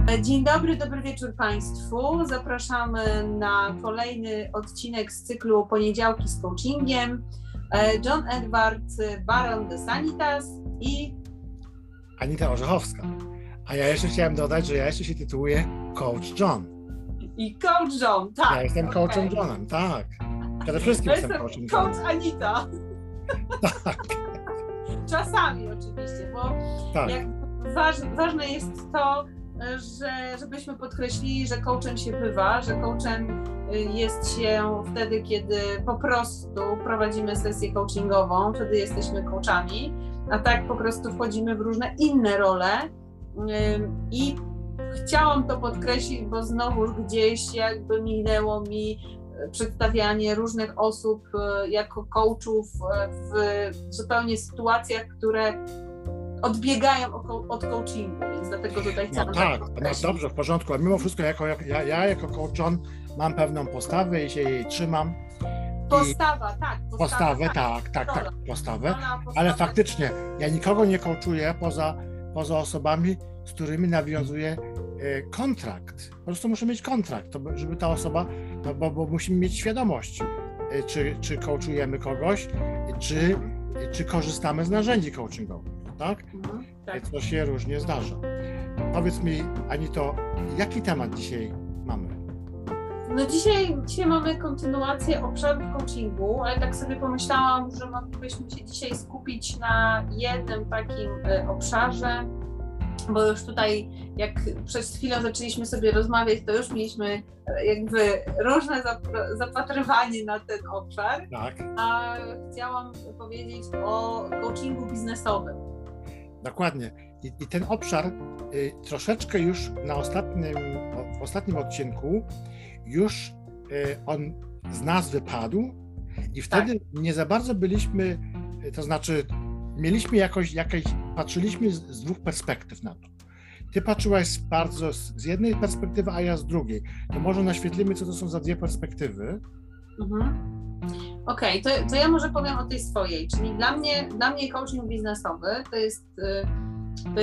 Dzień dobry, dobry wieczór Państwu. Zapraszamy na kolejny odcinek z cyklu Poniedziałki z coachingiem. John Edward Baron de Sanitas i Anita Orzechowska. A ja jeszcze chciałem dodać, że ja jeszcze się tytułuję Coach John. I Coach John, tak. Ja jestem coachem Johnem, tak. Przede wszystkim jestem coachem Johnem. Coach Anita. Tak. Czasami oczywiście, bo Tak. Ważne jest to, żebyśmy podkreślili, że coachem się bywa, że coachem jest się wtedy, kiedy po prostu prowadzimy sesję coachingową, wtedy jesteśmy coachami, a tak po prostu wchodzimy w różne inne role i chciałam to podkreślić, bo znowuż gdzieś jakby minęło mi przedstawianie różnych osób jako coachów w zupełnie sytuacjach, które odbiegają od coachingu, więc dlatego tutaj chcę. No tak, no dobrze, w porządku, a mimo wszystko ja jako coach John mam pewną postawę i się jej trzymam. Postawę, Postawę, ale faktycznie ja nikogo nie coachuję poza osobami, z którymi nawiązuję kontrakt. Po prostu muszę mieć kontrakt, żeby ta osoba, bo musimy mieć świadomość, czy coachujemy kogoś, czy korzystamy z narzędzi coachingowych, tak? Tak. To się różnie zdarza. Powiedz mi, Anito, jaki temat dzisiaj mamy? No dzisiaj mamy kontynuację obszarów coachingu, ale tak sobie pomyślałam, że moglibyśmy się dzisiaj skupić na jednym takim obszarze, bo już tutaj jak przez chwilę zaczęliśmy sobie rozmawiać, to już mieliśmy jakby różne zapatrywanie na ten obszar, Tak. A chciałam powiedzieć o coachingu biznesowym. Dokładnie. I ten obszar troszeczkę już w ostatnim odcinku już on z nazwy padł i wtedy nie za bardzo byliśmy, to znaczy mieliśmy patrzyliśmy z dwóch perspektyw na to. Ty patrzyłaś bardzo z jednej perspektywy, a ja z drugiej. To może naświetlimy, co to są za dwie perspektywy. Okej, to ja może powiem o tej swojej, czyli dla mnie coaching biznesowy to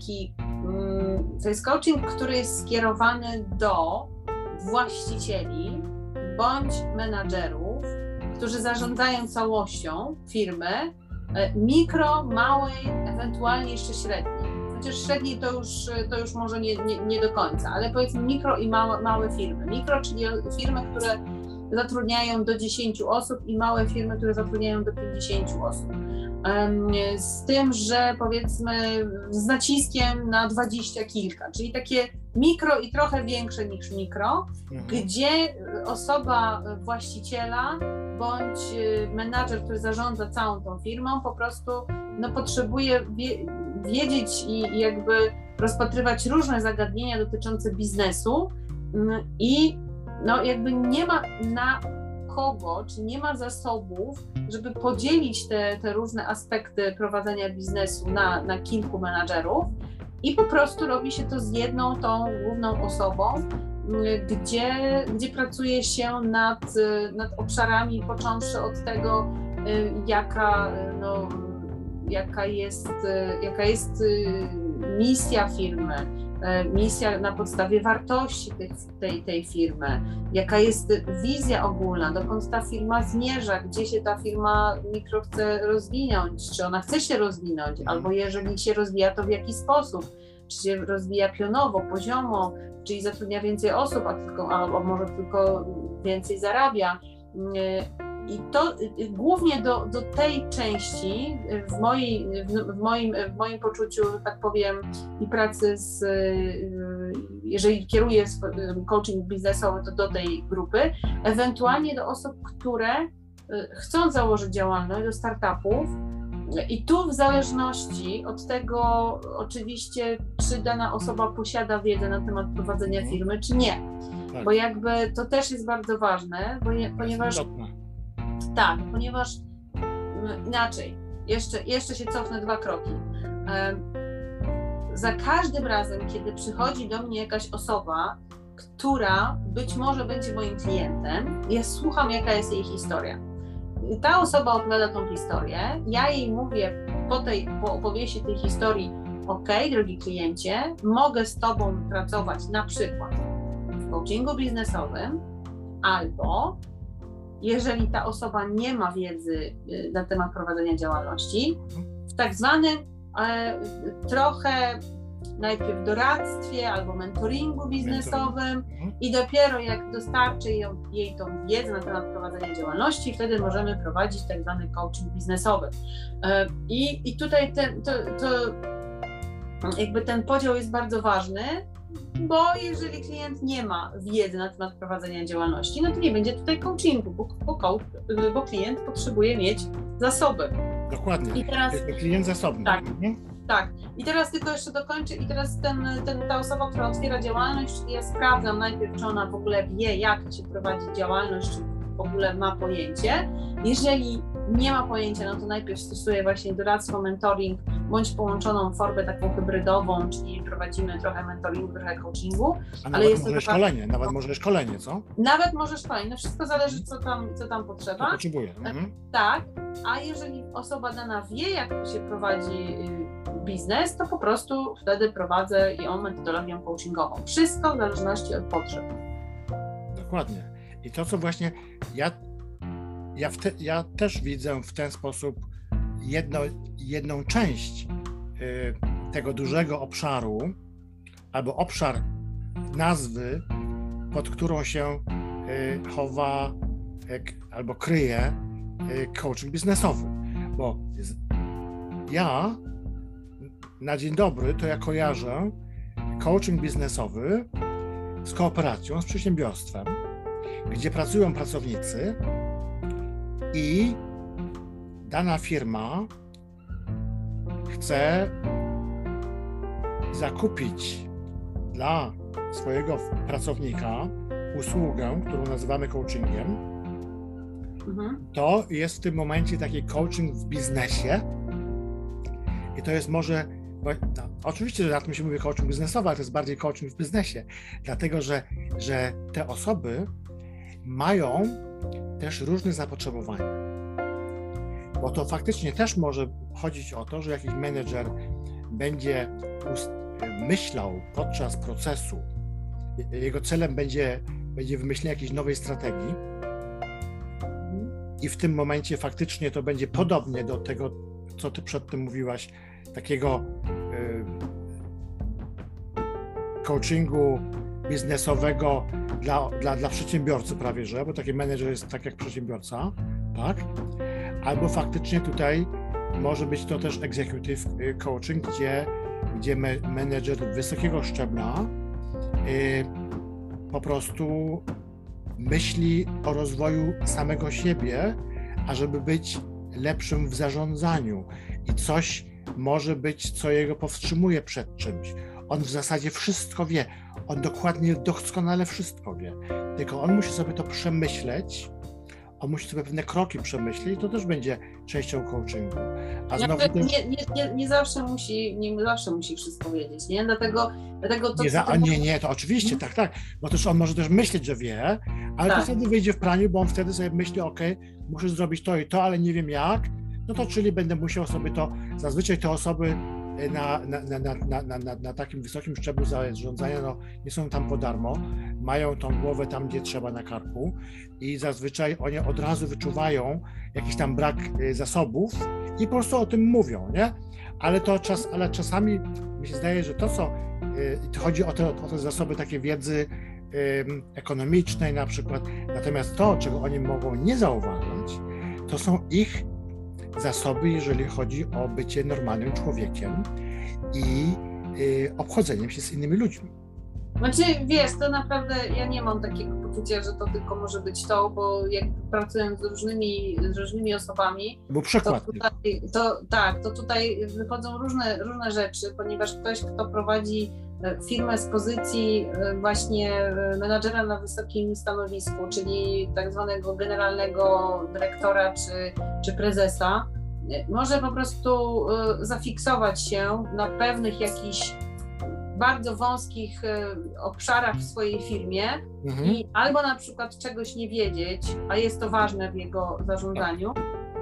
jest coaching, który jest skierowany do właścicieli bądź menadżerów, którzy zarządzają całością firmy, mikro, małej, ewentualnie jeszcze średniej. Chociaż średniej to już może nie do końca, ale powiedzmy mikro i małe firmy. Mikro, czyli firmy, które zatrudniają do 10 osób i małe firmy, które zatrudniają do 50 osób. Z tym, że powiedzmy z naciskiem na 20 kilka, czyli takie mikro i trochę większe niż mikro, gdzie osoba właściciela bądź menadżer, który zarządza całą tą firmą, po prostu potrzebuje wiedzieć i jakby rozpatrywać różne zagadnienia dotyczące biznesu i jakby nie ma na kogo, czy nie ma zasobów, żeby podzielić te różne aspekty prowadzenia biznesu na kilku menadżerów i po prostu robi się to z jedną tą główną osobą, gdzie pracuje się nad obszarami, począwszy od tego, jaka jest misja firmy, misja na podstawie wartości tej firmy, jaka jest wizja ogólna, dokąd ta firma zmierza, gdzie się ta firma mikro chce rozwinąć, czy ona chce się rozwinąć, albo jeżeli się rozwija, to w jaki sposób, czy się rozwija pionowo, poziomo, czyli zatrudnia więcej osób, albo może tylko więcej zarabia. I to głównie do tej części w moim poczuciu, tak powiem, i pracy jeżeli kieruję coaching biznesowy, to do tej grupy, ewentualnie do osób, które chcą założyć działalność, do startupów. I tu w zależności od tego oczywiście, czy dana osoba posiada wiedzę na temat prowadzenia firmy, czy nie. Tak. Bo jakby to też jest bardzo ważne, ponieważ inaczej, jeszcze się cofnę 2 kroki. Za każdym razem, kiedy przychodzi do mnie jakaś osoba, która być może będzie moim klientem, ja słucham, jaka jest jej historia. Ta osoba opowiada tą historię, ja jej mówię po opowieści tej historii, okej, drogi kliencie, mogę z Tobą pracować na przykład w coachingu biznesowym, albo jeżeli ta osoba nie ma wiedzy na temat prowadzenia działalności, w tak zwanym trochę najpierw doradztwie albo mentoringu biznesowym i dopiero jak dostarczy jej tą wiedzę na temat prowadzenia działalności, wtedy możemy prowadzić tak zwany coaching biznesowy. I tutaj jakby ten podział jest bardzo ważny, bo jeżeli klient nie ma wiedzy na temat prowadzenia działalności, no to nie będzie tutaj coachingu, bo klient potrzebuje mieć zasoby. Dokładnie. I teraz jest to klient zasobny. Tak. Tak. I teraz tylko jeszcze dokończę i teraz ta osoba, która otwiera działalność, czyli ja sprawdzam najpierw, czy ona w ogóle wie, jak się prowadzi działalność, czy w ogóle ma pojęcie. Jeżeli nie ma pojęcia, no to najpierw stosuję właśnie doradztwo, mentoring, bądź połączoną formę taką hybrydową, czyli prowadzimy trochę mentoringu, trochę coachingu. A nawet jest może szkolenie, może szkolenie, co? Nawet może szkolenie, no wszystko zależy, co tam potrzeba. Co potrzebuje. Tak, a jeżeli osoba dana wie, jak się prowadzi biznes, to po prostu wtedy prowadzę ją metodologią coachingową. Wszystko w zależności od potrzeb. Dokładnie. I to, co właśnie ja też widzę w ten sposób jedną część tego dużego obszaru, albo obszar nazwy, pod którą się chowa albo kryje coaching biznesowy. Bo ja na dzień dobry to ja kojarzę coaching biznesowy z kooperacją, z przedsiębiorstwem, gdzie pracują pracownicy i dana firma chce zakupić dla swojego pracownika usługę, którą nazywamy coachingiem. To jest w tym momencie taki coaching w biznesie i to jest może, oczywiście, że na tym się mówi coaching biznesowy, ale to jest bardziej coaching w biznesie, dlatego, że te osoby mają też różne zapotrzebowania. Bo to faktycznie też może chodzić o to, że jakiś menedżer będzie myślał podczas procesu, jego celem będzie wymyślenie jakiejś nowej strategii i w tym momencie faktycznie to będzie podobnie do tego, co ty przedtem mówiłaś, takiego coachingu biznesowego dla przedsiębiorcy prawie, że, bo taki menedżer jest tak jak przedsiębiorca, tak? Albo faktycznie tutaj może być to też executive coaching, gdzie menedżer wysokiego szczebla po prostu myśli o rozwoju samego siebie, ażeby być lepszym w zarządzaniu i coś może być, co jego powstrzymuje przed czymś. On w zasadzie wszystko wie, on doskonale wszystko wie, tylko on musi sobie to przemyśleć, on musi sobie pewne kroki przemyśleć i to też będzie częścią coachingu. A znowu nie zawsze musi wszystko wiedzieć, nie? Dlatego to... Nie, to oczywiście, tak, bo też on może też myśleć, że wie, ale to wtedy wyjdzie w praniu, bo on wtedy sobie myśli, muszę zrobić to i to, ale nie wiem jak, no to czyli będę musiał sobie to, zazwyczaj te osoby na takim wysokim szczeblu zarządzania, no, nie są tam po darmo, mają tą głowę tam, gdzie trzeba na karku i zazwyczaj oni od razu wyczuwają jakiś tam brak zasobów i po prostu o tym mówią, nie? Ale czasami mi się zdaje, że to chodzi o te zasoby takiej wiedzy ekonomicznej na przykład, natomiast to, czego oni mogą nie zauważyć, to są ich zasoby, jeżeli chodzi o bycie normalnym człowiekiem i obchodzeniem się z innymi ludźmi. Znaczy, wiesz, to naprawdę ja nie mam takiego poczucia, że to tylko może być to, bo jak pracuję z różnymi osobami, Był przykład. To tutaj wychodzą różne rzeczy, ponieważ ktoś, kto prowadzi firmę z pozycji właśnie menadżera na wysokim stanowisku, czyli tak zwanego generalnego dyrektora czy prezesa, może po prostu zafiksować się na pewnych jakichś bardzo wąskich obszarach w swojej firmie i albo na przykład czegoś nie wiedzieć, a jest to ważne w jego zarządzaniu,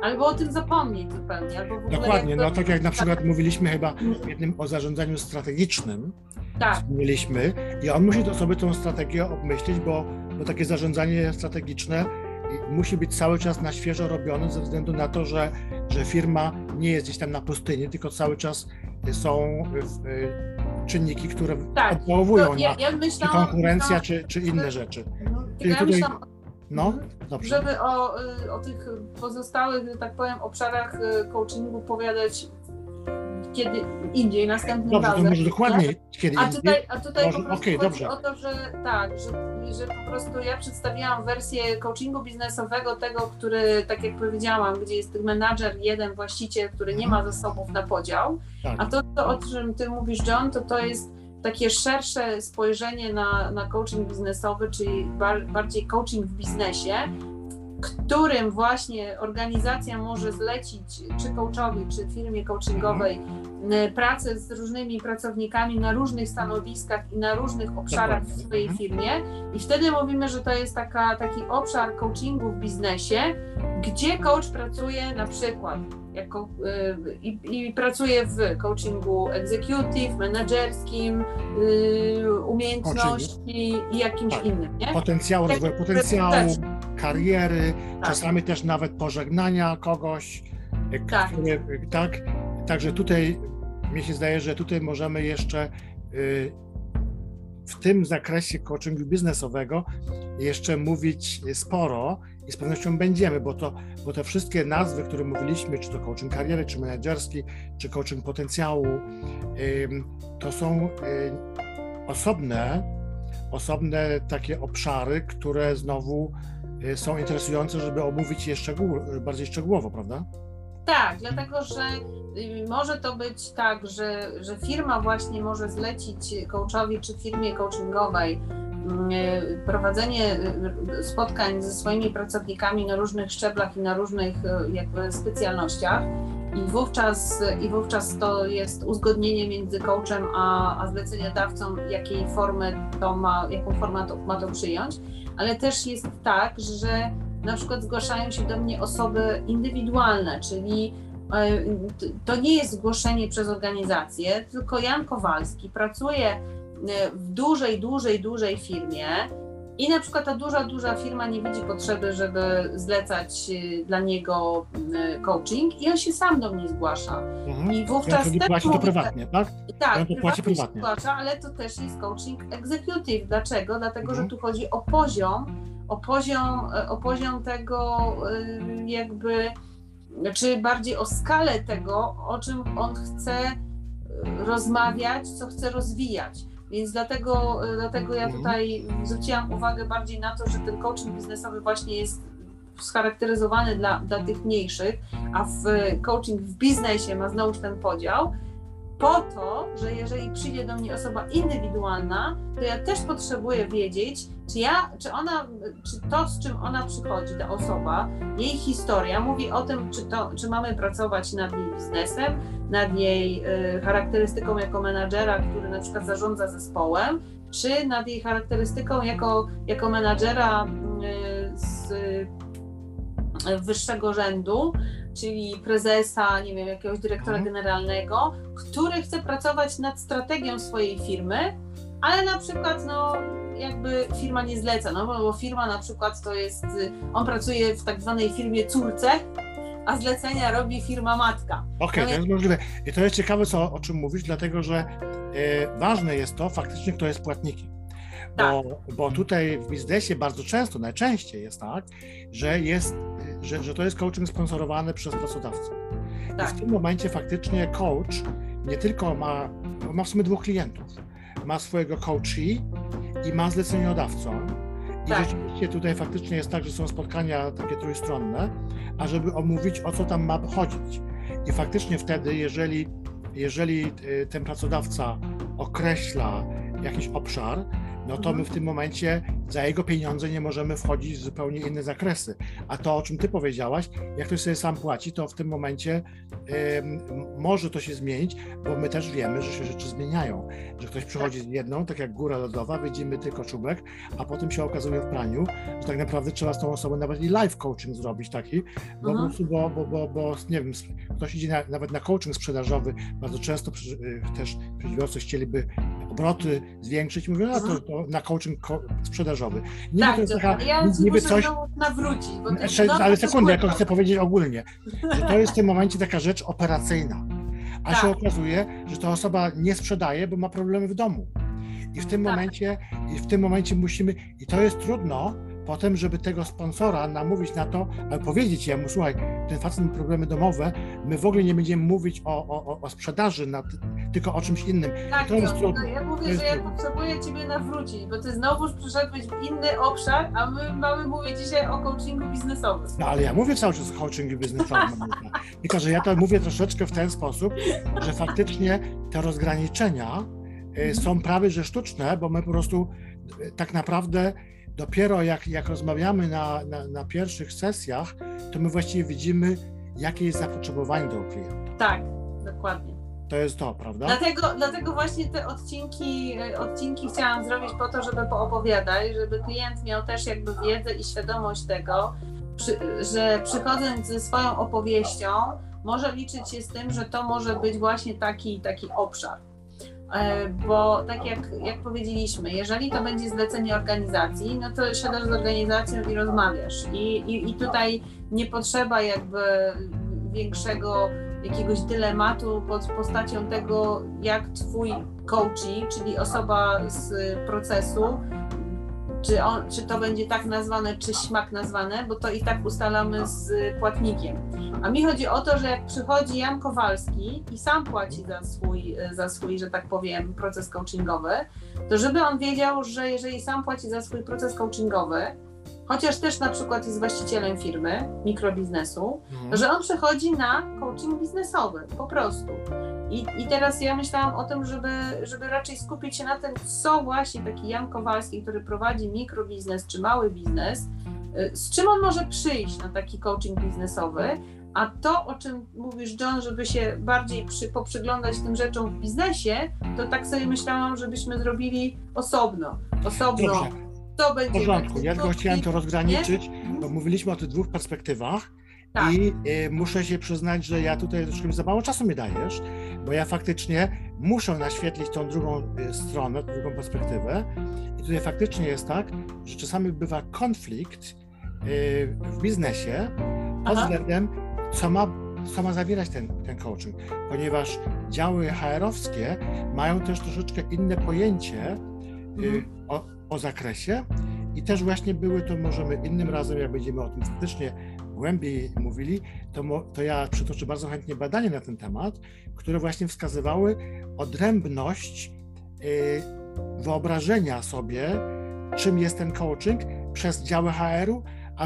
albo o tym zapomnieć zupełnie, albo w ogóle Dokładnie, jakby... no tak jak na przykład mówiliśmy chyba w jednym o zarządzaniu strategicznym, Tak. mieliśmy, i on musi to sobie tą strategię obmyślić, bo takie zarządzanie strategiczne musi być cały czas na świeżo robione ze względu na to, że firma nie jest gdzieś tam na pustyni, tylko cały czas są czynniki, które odwołują czy konkurencja, czy inne rzeczy. Ja tutaj, myślałam, no, dobrze. Żeby o tych pozostałych, że tak powiem, obszarach coachingu powiadać kiedy indziej, następnym razem. Dobrze, to może dokładniej kiedy indziej. A tutaj może, po prostu chodzi dobrze. o to, że tak, że po prostu ja przedstawiłam wersję coachingu biznesowego, tego, który, tak jak powiedziałam, gdzie jest menadżer, jeden właściciel, który nie ma zasobów na podział, tak. A to, o czym ty mówisz, John, to jest takie szersze spojrzenie na coaching biznesowy, czyli bardziej coaching w biznesie, którym właśnie organizacja może zlecić czy coachowi, czy firmie coachingowej pracę z różnymi pracownikami na różnych stanowiskach i na różnych obszarach w swojej firmie. I wtedy mówimy, że to jest taki obszar coachingu w biznesie, gdzie coach pracuje na przykład i pracuje w coachingu executive, menedżerskim, umiejętności i jakimś innym. Nie? Rozwoju potencjału, kariery, czasami też nawet pożegnania kogoś. Także tutaj mi się zdaje, że tutaj możemy jeszcze w tym zakresie coachingu biznesowego jeszcze mówić sporo i z pewnością będziemy, bo te wszystkie nazwy, które mówiliśmy, czy to coaching kariery, czy menedżerski, czy coaching potencjału, to są osobne takie obszary, które znowu są interesujące, żeby omówić je bardziej szczegółowo, prawda? Tak, dlatego że może to być tak, że firma właśnie może zlecić coachowi czy firmie coachingowej prowadzenie spotkań ze swoimi pracownikami na różnych szczeblach i na różnych jakby specjalnościach i wówczas to jest uzgodnienie między coachem a zleceniodawcą, jaką formę ma to przyjąć, ale też jest tak, że na przykład zgłaszają się do mnie osoby indywidualne, czyli to nie jest zgłoszenie przez organizację, tylko Jan Kowalski pracuje w dużej firmie i na przykład ta duża firma nie widzi potrzeby, żeby zlecać dla niego coaching i on się sam do mnie zgłasza. I wówczas też płaci to prywatnie, tak? Tak, prywatnie. Zgłasza, ale to też jest coaching executive. Dlaczego? Dlatego, że tu chodzi o poziom tego jakby, czy bardziej o skalę tego, o czym on chce rozmawiać, co chce rozwijać. Więc dlatego ja tutaj zwróciłam uwagę bardziej na to, że ten coaching biznesowy właśnie jest scharakteryzowany dla tych mniejszych, a coaching w biznesie ma znowuż ten podział, po to, że jeżeli przyjdzie do mnie osoba indywidualna, to ja też potrzebuję wiedzieć, czy to, z czym ona przychodzi, ta osoba, jej historia mówi o tym, czy mamy pracować nad jej biznesem, nad jej charakterystyką jako menadżera, który na przykład zarządza zespołem, czy nad jej charakterystyką jako menadżera z wyższego rzędu, czyli prezesa, nie wiem, jakiegoś dyrektora generalnego, który chce pracować nad strategią swojej firmy, ale na przykład jakby firma nie zleca, bo firma na przykład to jest, on pracuje w tak zwanej firmie córce, a zlecenia robi firma matka. Okej, to jest możliwe. I to jest ciekawe, o czym mówisz, dlatego że ważne jest to faktycznie, kto jest płatnikiem. Bo tutaj w biznesie bardzo często, najczęściej jest tak, że to jest coaching sponsorowany przez pracodawcę. I w tym momencie faktycznie coach nie tylko ma w sumie dwóch klientów. Ma swojego coachee i ma zleceniodawcą. I rzeczywiście tutaj faktycznie jest tak, że są spotkania takie trójstronne, ażeby omówić, o co tam ma chodzić. I faktycznie wtedy, jeżeli ten pracodawca określa jakiś obszar, no to my w tym momencie za jego pieniądze nie możemy wchodzić w zupełnie inne zakresy. A to, o czym ty powiedziałaś, jak ktoś sobie sam płaci, to w tym momencie może to się zmienić, bo my też wiemy, że się rzeczy zmieniają. Że ktoś przychodzi z jedną, tak jak góra lodowa, widzimy tylko czubek, a potem się okazuje w praniu, że tak naprawdę trzeba z tą osobą nawet i live coaching zrobić taki, bo po prostu, bo nie wiem, ktoś idzie nawet na coaching sprzedażowy, bardzo często też przedsiębiorcy chcieliby obroty zwiększyć, mówią, no to na coaching sprzedażowy. Nie, tak, to jest taka, ja niby coś, nawrócić. Bo ale sekundę, jako chcę powiedzieć ogólnie, że to jest w tym momencie taka rzecz operacyjna, a się okazuje, że ta osoba nie sprzedaje, bo ma problemy w domu. I w tym momencie musimy, i to jest trudno potem, żeby tego sponsora namówić na to, ale powiedzieć jemu, słuchaj, ten facet ma problemy domowe, my w ogóle nie będziemy mówić o sprzedaży, tylko o czymś innym. Tak, to jest trudno. Ja mówię, że ja potrzebuję Ciebie nawrócić, bo Ty znowuż przyszedłeś w inny obszar, a my mamy mówić dzisiaj o coachingu biznesowym. No ale ja mówię cały czas o coachingu biznesowym, tylko że ja to mówię troszeczkę w ten sposób, że faktycznie te rozgraniczenia są prawie że sztuczne, bo my po prostu tak naprawdę dopiero jak rozmawiamy na pierwszych sesjach, to my właściwie widzimy, jakie jest zapotrzebowanie do klienta. Tak, dokładnie. To jest to, prawda? Dlatego właśnie te odcinki chciałam zrobić po to, żeby poopowiadać, żeby klient miał też jakby wiedzę i świadomość tego, że przychodząc ze swoją opowieścią, może liczyć się z tym, że to może być właśnie taki obszar. Bo tak jak powiedzieliśmy, jeżeli to będzie zlecenie organizacji, no to siadasz z organizacją i rozmawiasz. I tutaj nie potrzeba jakby większego jakiegoś dylematu pod postacią tego, jak twój coachee, czyli osoba z procesu, czy to będzie tak nazwane, czy śmak nazwane, bo to i tak ustalamy z płatnikiem. A mi chodzi o to, że jak przychodzi Jan Kowalski i sam płaci za swój, że tak powiem, proces coachingowy, to żeby on wiedział, że jeżeli sam płaci za swój proces coachingowy, chociaż też na przykład jest właścicielem firmy, mikrobiznesu, że on przechodzi na coaching biznesowy, po prostu. I teraz ja myślałam o tym, żeby raczej skupić się na tym, co właśnie taki Jan Kowalski, który prowadzi mikrobiznes czy mały biznes, z czym on może przyjść na taki coaching biznesowy, a to, o czym mówisz, John, żeby się bardziej poprzyglądać tym rzeczom w biznesie, to tak sobie myślałam, żebyśmy zrobili osobno. Dobrze. To będzie. W porządku, ja tylko chciałem to rozgraniczyć, bo mówiliśmy o tych dwóch perspektywach. Tak. I muszę się przyznać, że ja tutaj troszkę za mało czasu mi dajesz, bo ja faktycznie muszę naświetlić tą drugą stronę, tą drugą perspektywę. I tutaj faktycznie jest tak, że czasami bywa konflikt w biznesie pod względem, co ma zawierać ten coaching, ponieważ działy HR-owskie mają też troszeczkę inne pojęcie o zakresie i też właśnie były to, możemy innym razem, jak będziemy o tym faktycznie głębiej mówili, to ja przytoczę bardzo chętnie badania na ten temat, które właśnie wskazywały odrębność wyobrażenia sobie, czym jest ten coaching przez działy HR-u,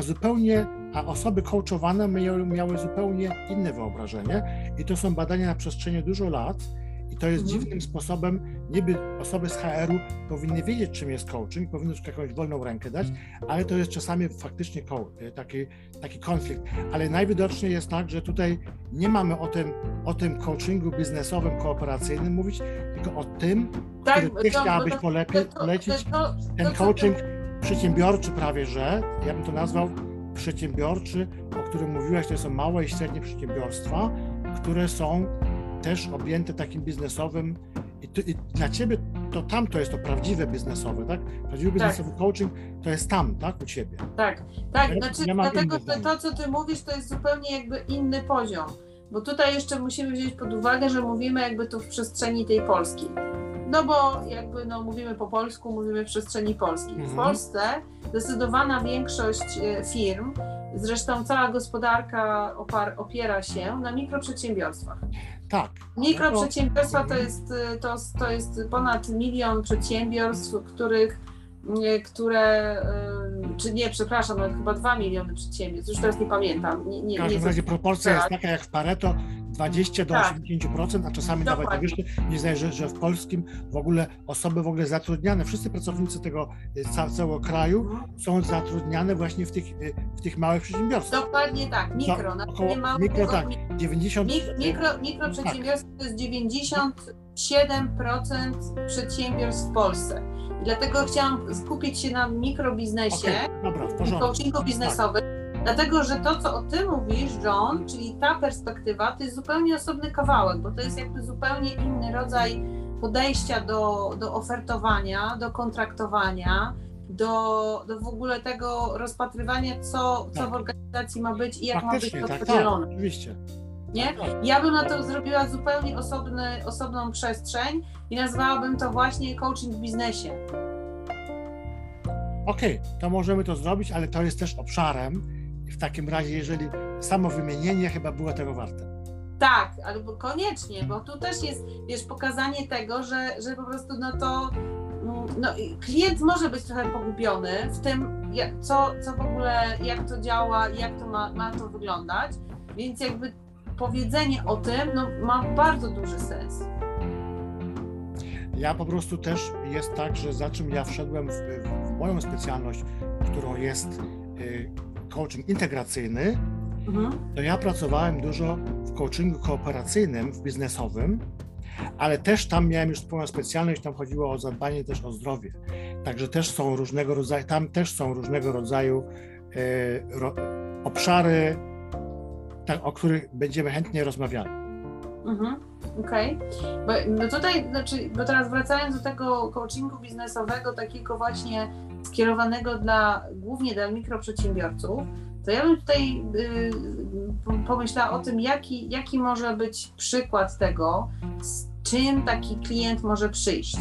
a osoby coachowane miały zupełnie inne wyobrażenie i to są badania na przestrzeni dużo lat i to jest dziwnym sposobem, niby osoby z HR-u powinny wiedzieć, czym jest coaching, powinny już jakąś wolną rękę dać, ale to jest czasami faktycznie taki konflikt. Ale najwidoczniej jest tak, że tutaj nie mamy o tym coachingu biznesowym, kooperacyjnym mówić, tylko o tym, który ty chciałabyś polecić, ten coaching przedsiębiorczy prawie, że, ja bym to nazwał przedsiębiorczy, o którym mówiłaś, to są małe i średnie przedsiębiorstwa, które są też objęte takim biznesowym i dla ciebie to jest to prawdziwe biznesowe, tak? Prawdziwy biznesowy coaching to jest tam, tak? U ciebie. Tak. Dlatego to, co ty mówisz, to jest zupełnie jakby inny poziom, bo tutaj jeszcze musimy wziąć pod uwagę, że mówimy jakby tu w przestrzeni tej polskiej. No bo jakby mówimy po polsku, mówimy w przestrzeni polskiej. W Polsce zdecydowana większość firm, zresztą cała gospodarka opiera się na mikroprzedsiębiorstwach. Tak. Mikroprzedsiębiorstwa to jest ponad 1 000 000 przedsiębiorstw, których które, czy nie, przepraszam, ale chyba 2 miliony przedsiębiorstw, już teraz nie pamiętam. W każdym razie proporcja jest taka jak w Pareto, 20 do 80%, a czasami nawet wyższe. Nie zdaje, że w polskim w ogóle osoby w ogóle zatrudniane, wszyscy pracownicy tego całego kraju są zatrudniane właśnie w tych małych przedsiębiorstwach. Dokładnie tak, mikro. Mikro, tak, 90... Mikroprzedsiębiorstwo to jest 97% przedsiębiorstw w Polsce. I dlatego chciałam skupić się na mikrobiznesie, coachingu biznesowym, dlatego że to, co o Ty mówisz, John, czyli ta perspektywa, to jest zupełnie osobny kawałek, bo to jest jakby zupełnie inny rodzaj podejścia do ofertowania, do kontraktowania, do w ogóle tego rozpatrywania, co w organizacji ma być i jak ma być to podzielone. Oczywiście. Nie? Ja bym na to zrobiła zupełnie osobną przestrzeń i nazwałabym to właśnie coaching w biznesie. Okej, to możemy to zrobić, ale to jest też obszarem. W takim razie, jeżeli samo wymienienie chyba było tego warte. Tak, ale koniecznie, bo tu też jest, wiesz, pokazanie tego, że po prostu klient może być trochę pogubiony w tym, co w ogóle, jak to działa, jak to ma to wyglądać, więc jakby powiedzenie o tym ma bardzo duży sens. Ja po prostu też jest tak, że za czym ja wszedłem w moją specjalność, którą jest coaching integracyjny, to ja pracowałem dużo w coachingu kooperacyjnym, w biznesowym, ale też tam miałem już swoją specjalność, tam chodziło o zadbanie też o zdrowie. Także też są różnego rodzaju obszary, o których będziemy chętnie rozmawiali. Okej. Bo teraz wracając do tego coachingu biznesowego, takiego właśnie skierowanego głównie dla mikroprzedsiębiorców, to ja bym tutaj pomyślała o tym, jaki może być przykład tego, z czym taki klient może przyjść.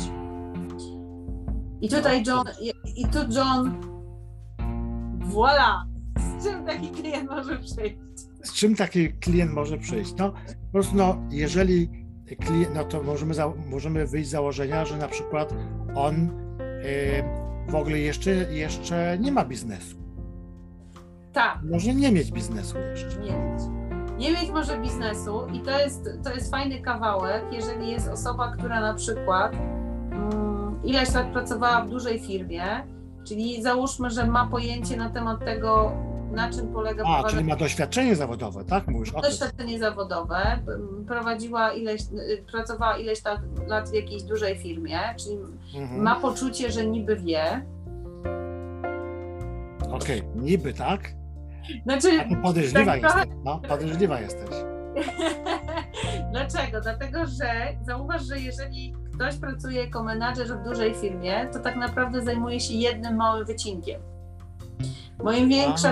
I tutaj John, voilà, z czym taki klient może przyjść? Z czym taki klient może przyjść? No, po prostu, jeżeli klient, to możemy wyjść z założenia, że na przykład on w ogóle jeszcze nie ma biznesu. Tak. Może nie mieć biznesu jeszcze. Nie mieć może biznesu i to jest fajny kawałek, jeżeli jest osoba, która na przykład ileś lat pracowała w dużej firmie, czyli załóżmy, że ma pojęcie na temat tego, na czym polega prowadzenie. Czyli ma doświadczenie zawodowe, tak? Mówisz o tym. Doświadczenie zawodowe, pracowała ileś lat w jakiejś dużej firmie, czyli ma poczucie, że niby wie. Okej, niby, tak? Znaczy, podejrzliwa jesteś, podejrzliwa jesteś. Dlaczego? Dlatego, że zauważ, że jeżeli ktoś pracuje jako menadżer w dużej firmie, to tak naprawdę zajmuje się jednym małym wycinkiem. Bo im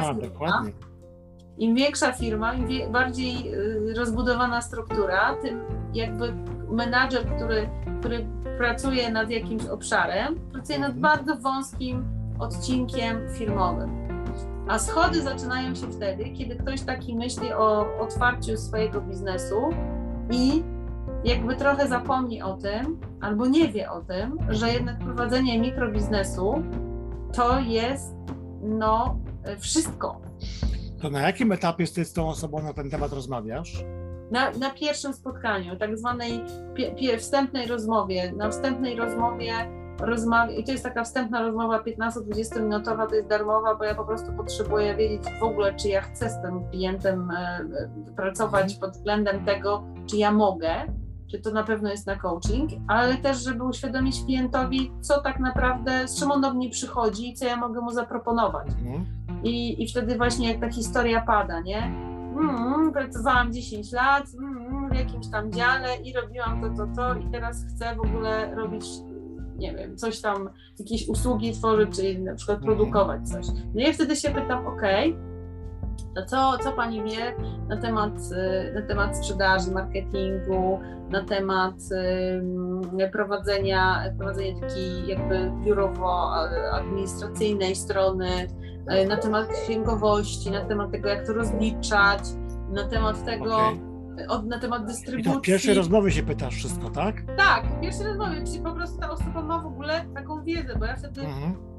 większa firma, im bardziej rozbudowana struktura, tym jakby menadżer, który pracuje nad jakimś obszarem, pracuje nad bardzo wąskim odcinkiem firmowym. A schody zaczynają się wtedy, kiedy ktoś taki myśli o otwarciu swojego biznesu i jakby trochę zapomni o tym, albo nie wie o tym, że jednak prowadzenie mikrobiznesu to jest wszystko. To na jakim etapie ty z tą osobą na ten temat rozmawiasz? Na pierwszym spotkaniu, tak zwanej wstępnej rozmowie. Na wstępnej rozmowie i to jest taka wstępna rozmowa 15-20 minutowa, to jest darmowa, bo ja po prostu potrzebuję wiedzieć w ogóle, czy ja chcę z tym klientem pracować pod względem tego, czy ja mogę, czy to na pewno jest na coaching, ale też, żeby uświadomić klientowi, co tak naprawdę, z czym on do mnie przychodzi i co ja mogę mu zaproponować. I wtedy właśnie jak ta historia pada, nie? Pracowałam 10 lat w jakimś tam dziale i robiłam to i teraz chcę w ogóle robić, nie wiem, coś tam, jakieś usługi tworzyć, czyli na przykład produkować coś. No i ja wtedy się pytam, to co pani wie na temat sprzedaży, marketingu, na temat prowadzenia takiej jakby biurowo-administracyjnej strony, na temat księgowości, na temat tego, jak to rozliczać, na temat tego, na temat dystrybucji. I to w pierwszej rozmowie się pytasz wszystko, tak? Tak, w pierwszej rozmowie, czyli po prostu ta osoba ma w ogóle taką wiedzę, bo ja wtedy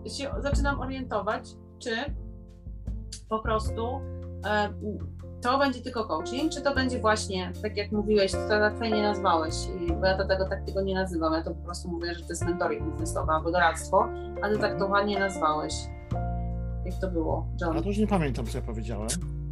się zaczynam orientować, czy po prostu to będzie tylko coaching, czy to będzie właśnie, tak jak mówiłeś, to tak fajnie nazwałeś, bo ja tego nie nazywam, ja to po prostu mówię, że to jest mentoring biznesowy albo doradztwo, a ty tak to ładnie nazwałeś. Jak to było, John? Ja to już nie pamiętam, co ja powiedziałem.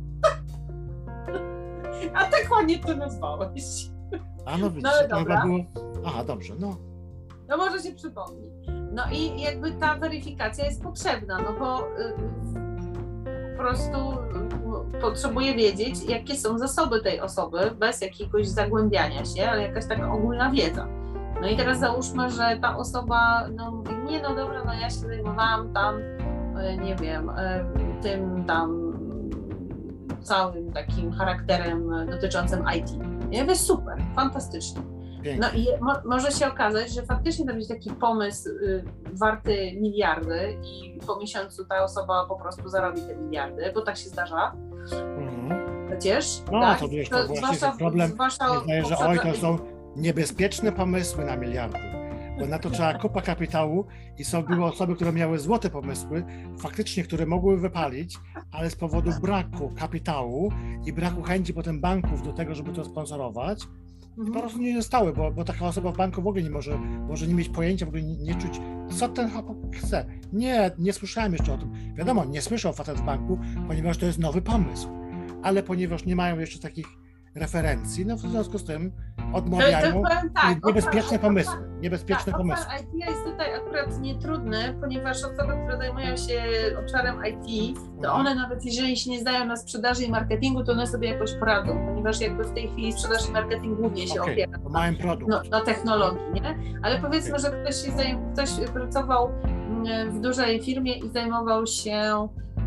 A tak ładnie to nazwałeś. A no widzisz, No, to chyba było... Aha, dobrze, no. No może się przypomni. No i jakby ta weryfikacja jest potrzebna, no bo po prostu potrzebuję wiedzieć, jakie są zasoby tej osoby, bez jakiegoś zagłębiania się, ale jakaś taka ogólna wiedza. No i teraz załóżmy, że ta osoba, no mówi, nie no dobra, no ja się zajmowałam tam, nie wiem, tym tam całym takim charakterem dotyczącym IT. Ja mówię, super, fantastycznie. Pięknie. No i może się okazać, że faktycznie to będzie taki pomysł warty miliardy i po miesiącu ta osoba po prostu zarobi te miliardy, bo tak się zdarza. Przecież. No tak? to wiesz, to właśnie ten problem, wydaje, że oj, to są niebezpieczne pomysły na miliardy, bo na to trzeba kupa kapitału i były osoby, które miały złote pomysły, faktycznie, które mogły wypalić, ale z powodu braku kapitału i braku chęci potem banków do tego, żeby to sponsorować, po prostu nie zostały, bo taka osoba w banku w ogóle nie może nie mieć pojęcia, w ogóle nie czuć, co ten chłopak chce. Nie słyszałem jeszcze o tym. Wiadomo, nie słyszał facet w banku, ponieważ to jest nowy pomysł, ale ponieważ nie mają jeszcze takich referencji, no w związku z tym odmawiają niebezpieczne pomysły. Niebezpieczne pomysły. Obszar IT jest tutaj akurat nietrudny, ponieważ osoby, które zajmują się obszarem IT, to one nawet jeżeli się nie zdają na sprzedaży i marketingu, to one sobie jakoś poradzą, ponieważ jakby w tej chwili sprzedaż i marketing głównie się opiera na technologii, nie? Ale powiedzmy, że ktoś pracował w dużej firmie i zajmował się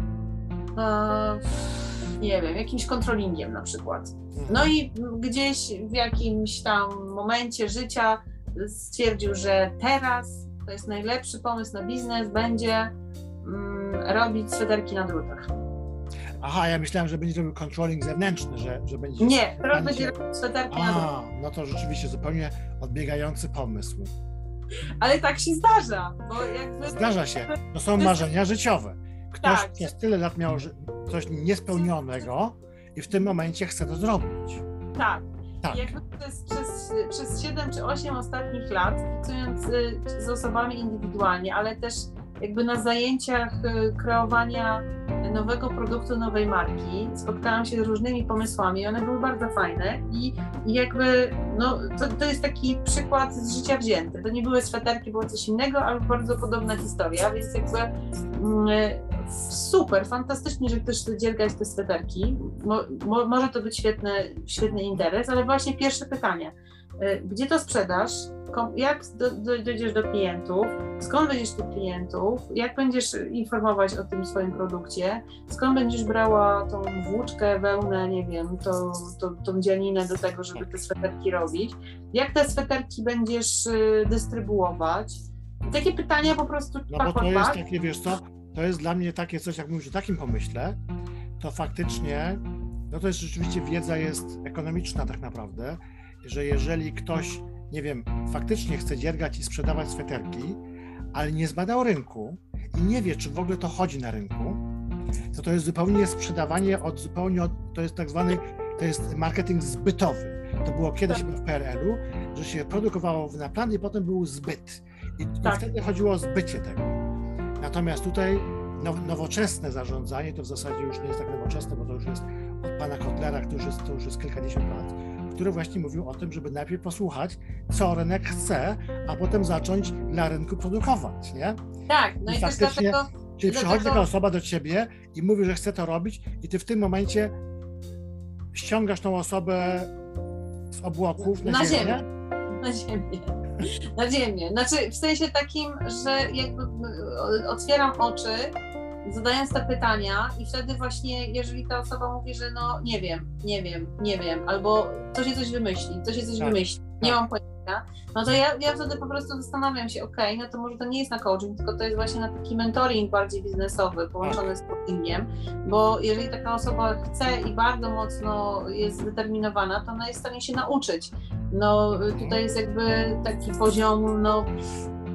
nie wiem, jakimś kontrolingiem na przykład. No i gdzieś w jakimś tam momencie życia stwierdził, że teraz to jest najlepszy pomysł na biznes, będzie robić sweterki na drutach. Aha, ja myślałem, że będzie robił controlling zewnętrzny, że będzie... Nie, teraz będzie robić sweterki na drutach. No to rzeczywiście zupełnie odbiegający pomysł. Ale tak się zdarza, bo jakby... Zdarza się, to są marzenia życiowe. Ktoś przez tyle lat miał coś niespełnionego i w tym momencie chce to zrobić. Tak. Jakby przez 7 czy 8 ostatnich lat, pracując z osobami indywidualnie, ale też jakby na zajęciach kreowania nowego produktu, nowej marki, spotkałam się z różnymi pomysłami, one były bardzo fajne i jakby no, to jest taki przykład z życia wzięty. To nie były sweterki, było coś innego, ale bardzo podobna historia, więc jakby super, fantastycznie, że ktoś chce dziergać te sweterki. Może to być świetny interes, ale właśnie pierwsze pytanie. Gdzie to sprzedasz? Jak dojdziesz do klientów? Skąd będziesz tych klientów? Jak będziesz informować o tym swoim produkcie? Skąd będziesz brała tą włóczkę, wełnę, nie wiem, tą dzianinę do tego, żeby te sweterki robić? Jak te sweterki będziesz dystrybuować? Takie pytania po prostu... No bo to jest takie, wiesz co, to jest dla mnie takie coś, jak mówisz o takim pomyśle, to faktycznie, no to jest rzeczywiście wiedza jest ekonomiczna tak naprawdę, że jeżeli ktoś, nie wiem, faktycznie chce dziergać i sprzedawać sweterki, ale nie zbadał rynku i nie wie, czy w ogóle to chodzi na rynku, to jest zupełnie sprzedawanie to jest tak zwany, to jest marketing zbytowy. To było kiedyś w PRL-u, że się produkowało na plan i potem był zbyt. I wtedy chodziło o zbycie tego. Natomiast tutaj nowoczesne zarządzanie to w zasadzie już nie jest tak nowoczesne, bo to już jest od pana Kotlera, to już jest kilkadziesiąt lat, który właśnie mówił o tym, żeby najpierw posłuchać, co rynek chce, a potem zacząć dla rynku produkować, nie? Tak, no i też dlatego... Czyli przychodzi taka osoba do ciebie i mówi, że chce to robić i ty w tym momencie ściągasz tą osobę z obłoków na ziemię. Na ziemię. Znaczy w sensie takim, że jakby otwieram oczy, zadając te pytania i wtedy właśnie, jeżeli ta osoba mówi, że no nie wiem, albo coś wymyśli, nie mam pojęcia, no to ja wtedy po prostu zastanawiam się, no to może to nie jest na coaching, tylko to jest właśnie na taki mentoring bardziej biznesowy, połączony z coachingiem, bo jeżeli taka osoba chce i bardzo mocno jest zdeterminowana, to ona jest w stanie się nauczyć. No tutaj jest jakby taki poziom, no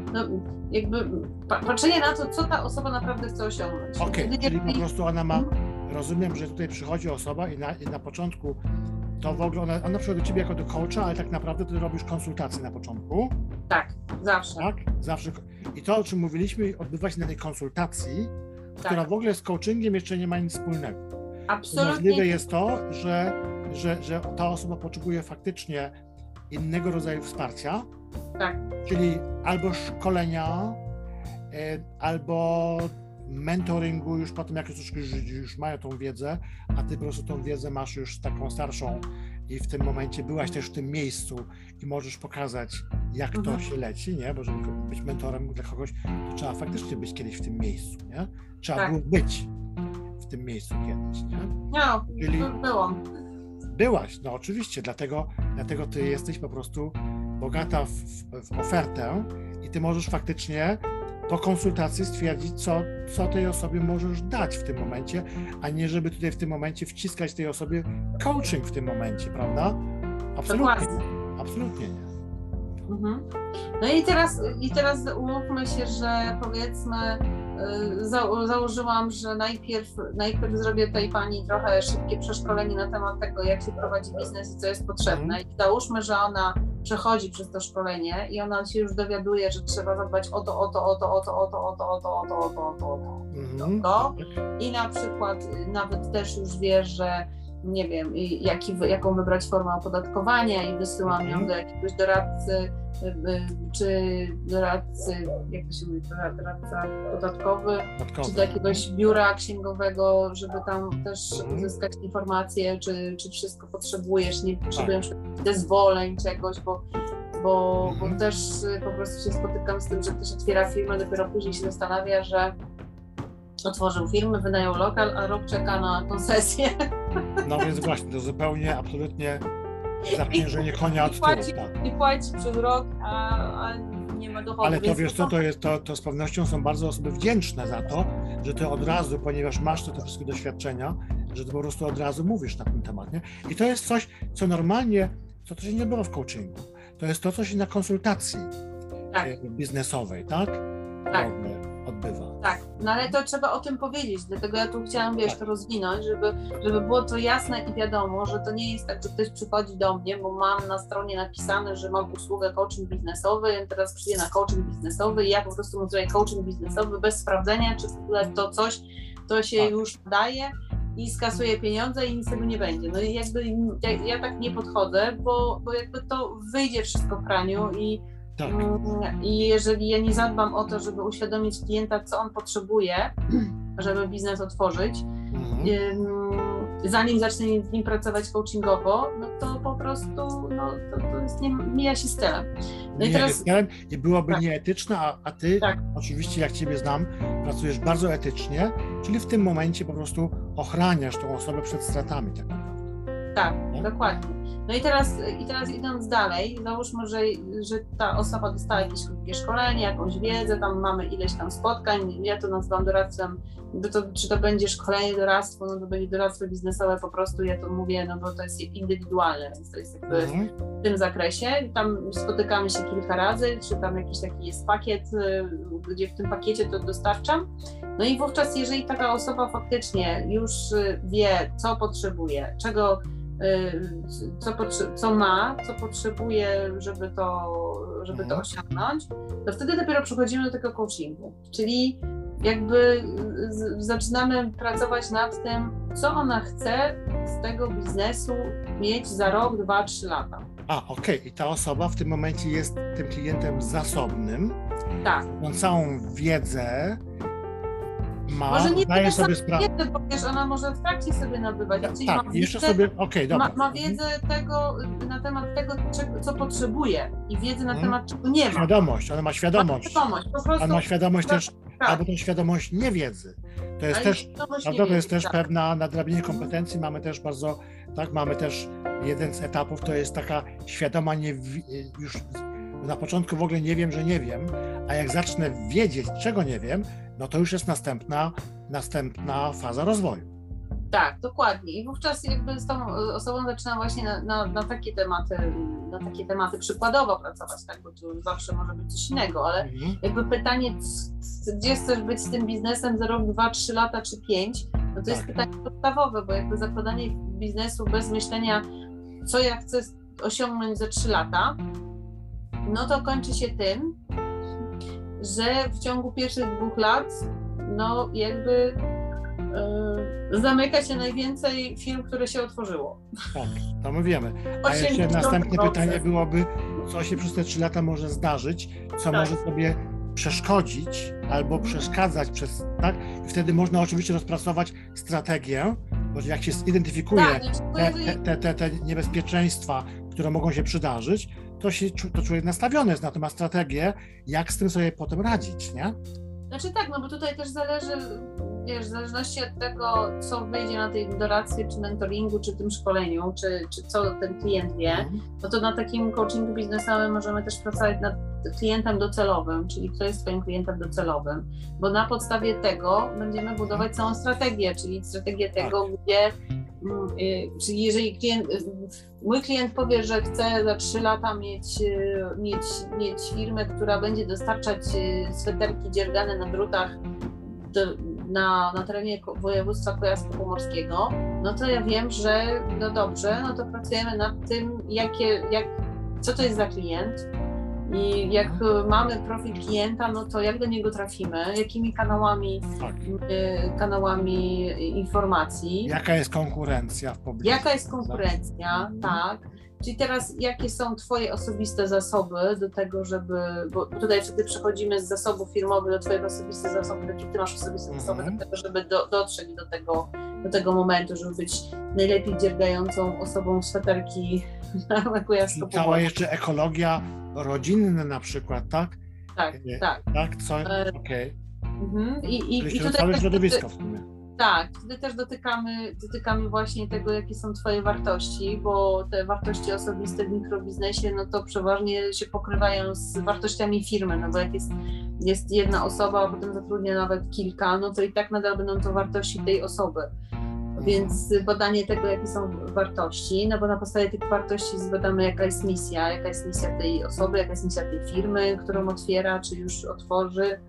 no, jakby patrzenie na to, co ta osoba naprawdę chce osiągnąć. Okej, czyli po prostu ona ma, rozumiem, że tutaj przychodzi osoba i na początku to w ogóle, ona przychodzi do ciebie jako do coacha, ale tak naprawdę ty robisz konsultacje na początku. Tak, zawsze. Tak, zawsze. I to, o czym mówiliśmy, odbywa się na tej konsultacji, która w ogóle z coachingiem jeszcze nie ma nic wspólnego. Absolutnie. Możliwe jest to, że ta osoba potrzebuje faktycznie innego rodzaju wsparcia, tak. Czyli albo szkolenia, albo mentoringu już po tym, jak już mają tą wiedzę, a ty po prostu tą wiedzę masz już taką starszą i w tym momencie byłaś też w tym miejscu i możesz pokazać, jak to się leci, nie? Bo żeby być mentorem dla kogoś, to trzeba faktycznie być kiedyś w tym miejscu, nie? Trzeba było być w tym miejscu kiedyś, nie? No, czyli byłam. Byłaś, no oczywiście, dlatego ty jesteś po prostu bogata w ofertę i ty możesz faktycznie po konsultacji stwierdzić, co tej osobie możesz dać w tym momencie, a nie żeby tutaj w tym momencie wciskać tej osobie coaching w tym momencie, prawda? Absolutnie, absolutnie nie. No i teraz umówmy się, że powiedzmy założyłam, że najpierw zrobię tej pani trochę szybkie przeszkolenie na temat tego, jak się prowadzi biznes i co jest potrzebne. I załóżmy, że ona przechodzi przez to szkolenie i ona się już dowiaduje, że trzeba zadbać o to. I na przykład nawet też już wie, że nie wiem, jaką wybrać formę opodatkowania i wysyłam ją do jakiegoś doradcy, czy doradcy, jak to się mówi, doradca podatkowy, czy do jakiegoś biura księgowego, żeby tam też uzyskać informacje, czy wszystko potrzebujesz, nie potrzebują zezwoleń, czegoś, bo też po prostu się spotykam z tym, że ktoś otwiera firmę, dopiero później się zastanawia, że otworzył firmę, wynajął lokal, a rok czeka na koncesję. No więc właśnie, to zupełnie, absolutnie zapiężenie konia od tyłu. I płaci przez rok, a nie ma dochodu. Ale to wiesz co, to z pewnością są bardzo osoby wdzięczne za to, że ty od razu, ponieważ masz te wszystkie doświadczenia, że ty po prostu od razu mówisz na ten temat, nie? I to jest coś, co normalnie, co to się nie było w coachingu. To jest to, co się na konsultacji biznesowej, tak? Tak. Odbywa. Tak, no ale to trzeba o tym powiedzieć, dlatego ja tu chciałam, to rozwinąć, żeby było to jasne i wiadomo, że to nie jest tak, że ktoś przychodzi do mnie, bo mam na stronie napisane, że mam usługę coaching biznesowy, teraz przyjdę na coaching biznesowy i ja po prostu mu zrobię coaching biznesowy bez sprawdzenia, czy w ogóle to coś, to się już daje i skasuje pieniądze i nic z tego nie będzie. No i jakby ja tak nie podchodzę, bo jakby to wyjdzie wszystko w praniu i jeżeli ja nie zadbam o to, żeby uświadomić klienta, co on potrzebuje, żeby biznes otworzyć, zanim zacznę z nim pracować coachingowo, no to po prostu to jest mija się z celem. No i teraz i byłoby nieetyczne, a ty oczywiście, jak ciebie znam, pracujesz bardzo etycznie, czyli w tym momencie po prostu ochraniasz tą osobę przed stratami tak naprawdę. Tak, dokładnie. No i teraz idąc dalej, załóżmy, że ta osoba dostała jakieś krótkie szkolenie, jakąś wiedzę, tam mamy ileś tam spotkań, ja to nazywam doradztwem, czy to będzie szkolenie, doradztwo, no to będzie doradztwo biznesowe, po prostu ja to mówię, no bo to jest indywidualne, więc to jest jakby w tym zakresie. Tam spotykamy się kilka razy, czy tam jakiś taki jest pakiet, gdzie w tym pakiecie to dostarczam. No i wówczas, jeżeli taka osoba faktycznie już wie, co potrzebuje, co ma, co potrzebuje, żeby to osiągnąć, to wtedy dopiero przechodzimy do tego coachingu. Czyli jakby zaczynamy pracować nad tym, co ona chce z tego biznesu mieć za rok, 2, 3 lata. Okej. I ta osoba w tym momencie jest tym klientem zasobnym. Tak. On całą wiedzę ma, może nie daje sobie sprawę. Bo wiesz, ona może w trakcie sobie nabywać. Tak, jeszcze sobie, dobra. Ma wiedzę na temat tego, co potrzebuje i wiedzę na temat czego nie ma. Świadomość, ona ma świadomość. Po prostu, ona ma świadomość też, albo tą świadomość niewiedzy. To jest też, prawda, to jest też pewna nadrabianie kompetencji. Mamy też mamy też jeden z etapów, to jest taka świadoma już na początku w ogóle nie wiem, że nie wiem, a jak zacznę wiedzieć, czego nie wiem, no to już jest następna faza rozwoju. Tak, dokładnie. I wówczas jakby z tą osobą zaczynam właśnie na takie tematy na takie tematy przykładowo pracować, tak, bo tu zawsze może być coś innego, ale jakby pytanie, gdzie chcesz być z tym biznesem za rok, 2, 3 lata czy 5, no to jest pytanie podstawowe, bo jakby zakładanie biznesu bez myślenia, co ja chcę osiągnąć za 3 lata, no to kończy się tym, że w ciągu pierwszych 2 lat, no jakby zamyka się najwięcej firm, które się otworzyło. Tak, to my wiemy. A jeszcze następne pytanie byłoby, co się przez te 3 lata może zdarzyć, co może sobie przeszkodzić albo przeszkadzać tak? I wtedy można oczywiście rozpracować strategię, bo jak się zidentyfikuje te niebezpieczeństwa, które mogą się przydarzyć, to człowiek nastawiony jest na to, ma strategię, jak z tym sobie potem radzić, nie? Znaczy tak, no bo tutaj też zależy, wiesz, w zależności od tego, co wyjdzie na tej doradcy, czy mentoringu, czy tym szkoleniu, czy co ten klient wie, no to na takim coachingu biznesowym możemy też pracować nad klientem docelowym, czyli kto jest twoim klientem docelowym, bo na podstawie tego będziemy budować całą strategię, czyli strategię tego, gdzie, czyli jeżeli mój klient powie, że chce za 3 lata mieć firmę, która będzie dostarczać sweterki dziergane na drutach na terenie województwa kujawsko-pomorskiego, no to ja wiem, że no dobrze, no to pracujemy nad tym, co to jest za klient i jak mamy profil klienta, no to jak do niego trafimy, jakimi kanałami informacji. Jaka jest konkurencja w pobliżu? Jaka jest konkurencja, tak. Czyli teraz jakie są twoje osobiste zasoby do tego, bo tutaj wtedy przechodzimy z zasobów firmowych do twoich osobistych zasobów, jakie ty masz osobiste zasoby do tego, żeby dotrzeć do tego momentu, żeby być najlepiej dziergającą osobą sweterki na Kujawsko-Pomorskie. Cała jeszcze ekologia rodzinna na przykład, tak? Tak. Tak, co? Okej. I tutaj całe środowisko w sumie. Tak, wtedy też dotykamy właśnie tego, jakie są twoje wartości, bo te wartości osobiste w mikrobiznesie, no to przeważnie się pokrywają z wartościami firmy, no bo jak jest jedna osoba, a potem zatrudnia nawet kilka, no to i tak nadal będą to wartości tej osoby. Więc badanie tego, jakie są wartości, no bo na podstawie tych wartości zbadamy, jaka jest misja tej osoby, jaka jest misja tej firmy, którą otwiera, czy już otworzy.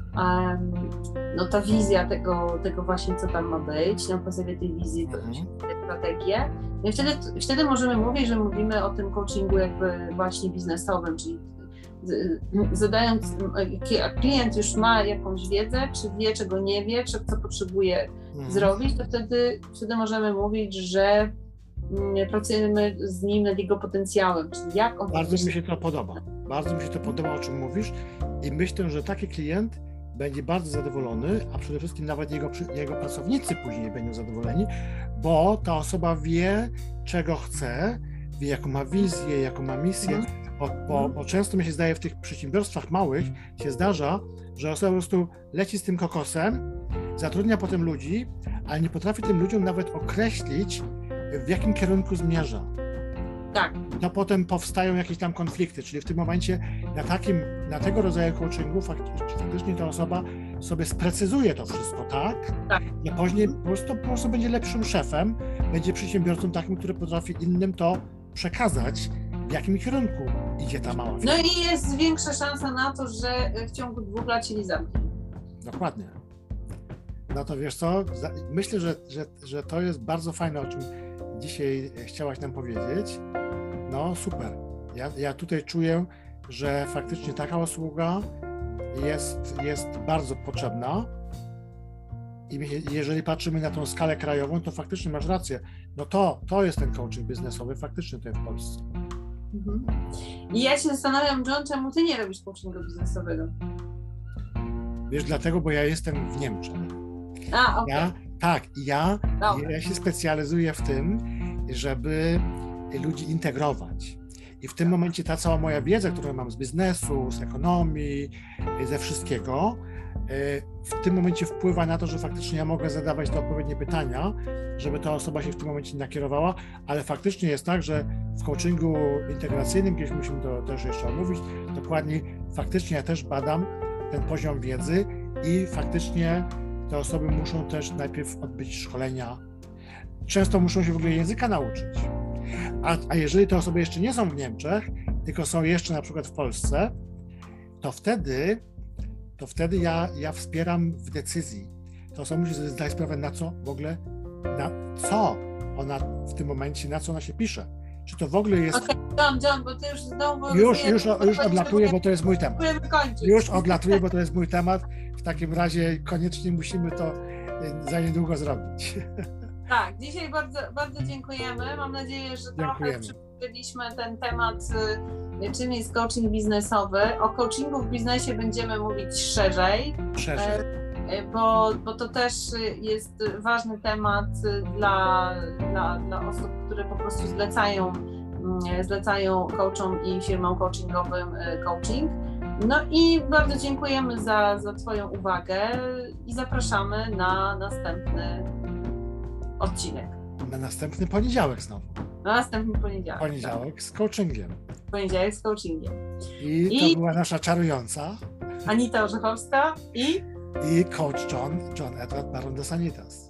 No ta wizja tego właśnie, co tam ma być, na podstawie tej wizji, tej strategię. No i wtedy możemy mówić, że mówimy o tym coachingu jakby właśnie biznesowym, czyli zadając, klient już ma jakąś wiedzę, czy wie, czego nie wie, czy co potrzebuje zrobić, to wtedy możemy mówić, że pracujemy z nim nad jego potencjałem, czyli jak on... Bardzo mi się to podoba, o czym mówisz i myślę, że taki klient będzie bardzo zadowolony, a przede wszystkim nawet jego pracownicy później będą zadowoleni, bo ta osoba wie, czego chce, wie, jaką ma wizję, jaką ma misję, bo często mi się zdaje, w tych przedsiębiorstwach małych się zdarza, że osoba po prostu leci z tym kokosem, zatrudnia potem ludzi, ale nie potrafi tym ludziom nawet określić, w jakim kierunku zmierza. Tak. To potem powstają jakieś tam konflikty, czyli w tym momencie na tego rodzaju coachingu faktycznie ta osoba sobie sprecyzuje to wszystko, tak? Tak. I później po prostu będzie lepszym szefem, będzie przedsiębiorcą takim, który potrafi innym to przekazać, w jakim kierunku idzie ta mała firma. No i jest większa szansa na to, że w ciągu 2 lat się nie zamknie. Dokładnie. No to wiesz co, myślę, że to jest bardzo fajne, o czym dzisiaj chciałaś nam powiedzieć. No super. Ja tutaj czuję, że faktycznie taka usługa jest bardzo potrzebna i jeżeli patrzymy na tą skalę krajową, to faktycznie masz rację. No to jest ten coaching biznesowy faktycznie tutaj w Polsce. I ja się zastanawiam, John, czemu ty nie robisz coachingu biznesowego? Wiesz, dlatego, bo ja jestem w Niemczech. A, okej. Ja się specjalizuję w tym, żeby ludzi integrować. I w tym momencie ta cała moja wiedza, którą mam z biznesu, z ekonomii, ze wszystkiego, w tym momencie wpływa na to, że faktycznie ja mogę zadawać te odpowiednie pytania, żeby ta osoba się w tym momencie nakierowała, ale faktycznie jest tak, że w coachingu integracyjnym, kiedyś musimy to też jeszcze omówić, dokładnie, faktycznie ja też badam ten poziom wiedzy i faktycznie te osoby muszą też najpierw odbyć szkolenia. Często muszą się w ogóle języka nauczyć. A jeżeli te osoby jeszcze nie są w Niemczech, tylko są jeszcze na przykład w Polsce, to wtedy ja wspieram w decyzji. To osoba musi sobie zdać sprawę, na co w ogóle, na co ona w tym momencie, na co ona się pisze. Czy to w ogóle jest... Okej, John, bo ty już znowu... Już odlatuję, bo to jest mój temat. Kończyć. Już odlatuję, bo to jest mój temat. W takim razie koniecznie musimy to za niedługo zrobić. Tak, dzisiaj bardzo, bardzo dziękujemy. Mam nadzieję, że trochę przybliżyliśmy ten temat, czym jest coaching biznesowy. O coachingu w biznesie będziemy mówić szerzej. Bo to też jest ważny temat dla osób, które po prostu zlecają coachom i firmom coachingowym coaching. No i bardzo dziękujemy za Twoją uwagę i zapraszamy na następny odcinek. Na następny poniedziałek znowu. Na następny poniedziałek. Poniedziałek z coachingiem. Poniedziałek z coachingiem. I to była nasza czarująca Anita Orzechowska i coach John Edward Baron de Sanitas.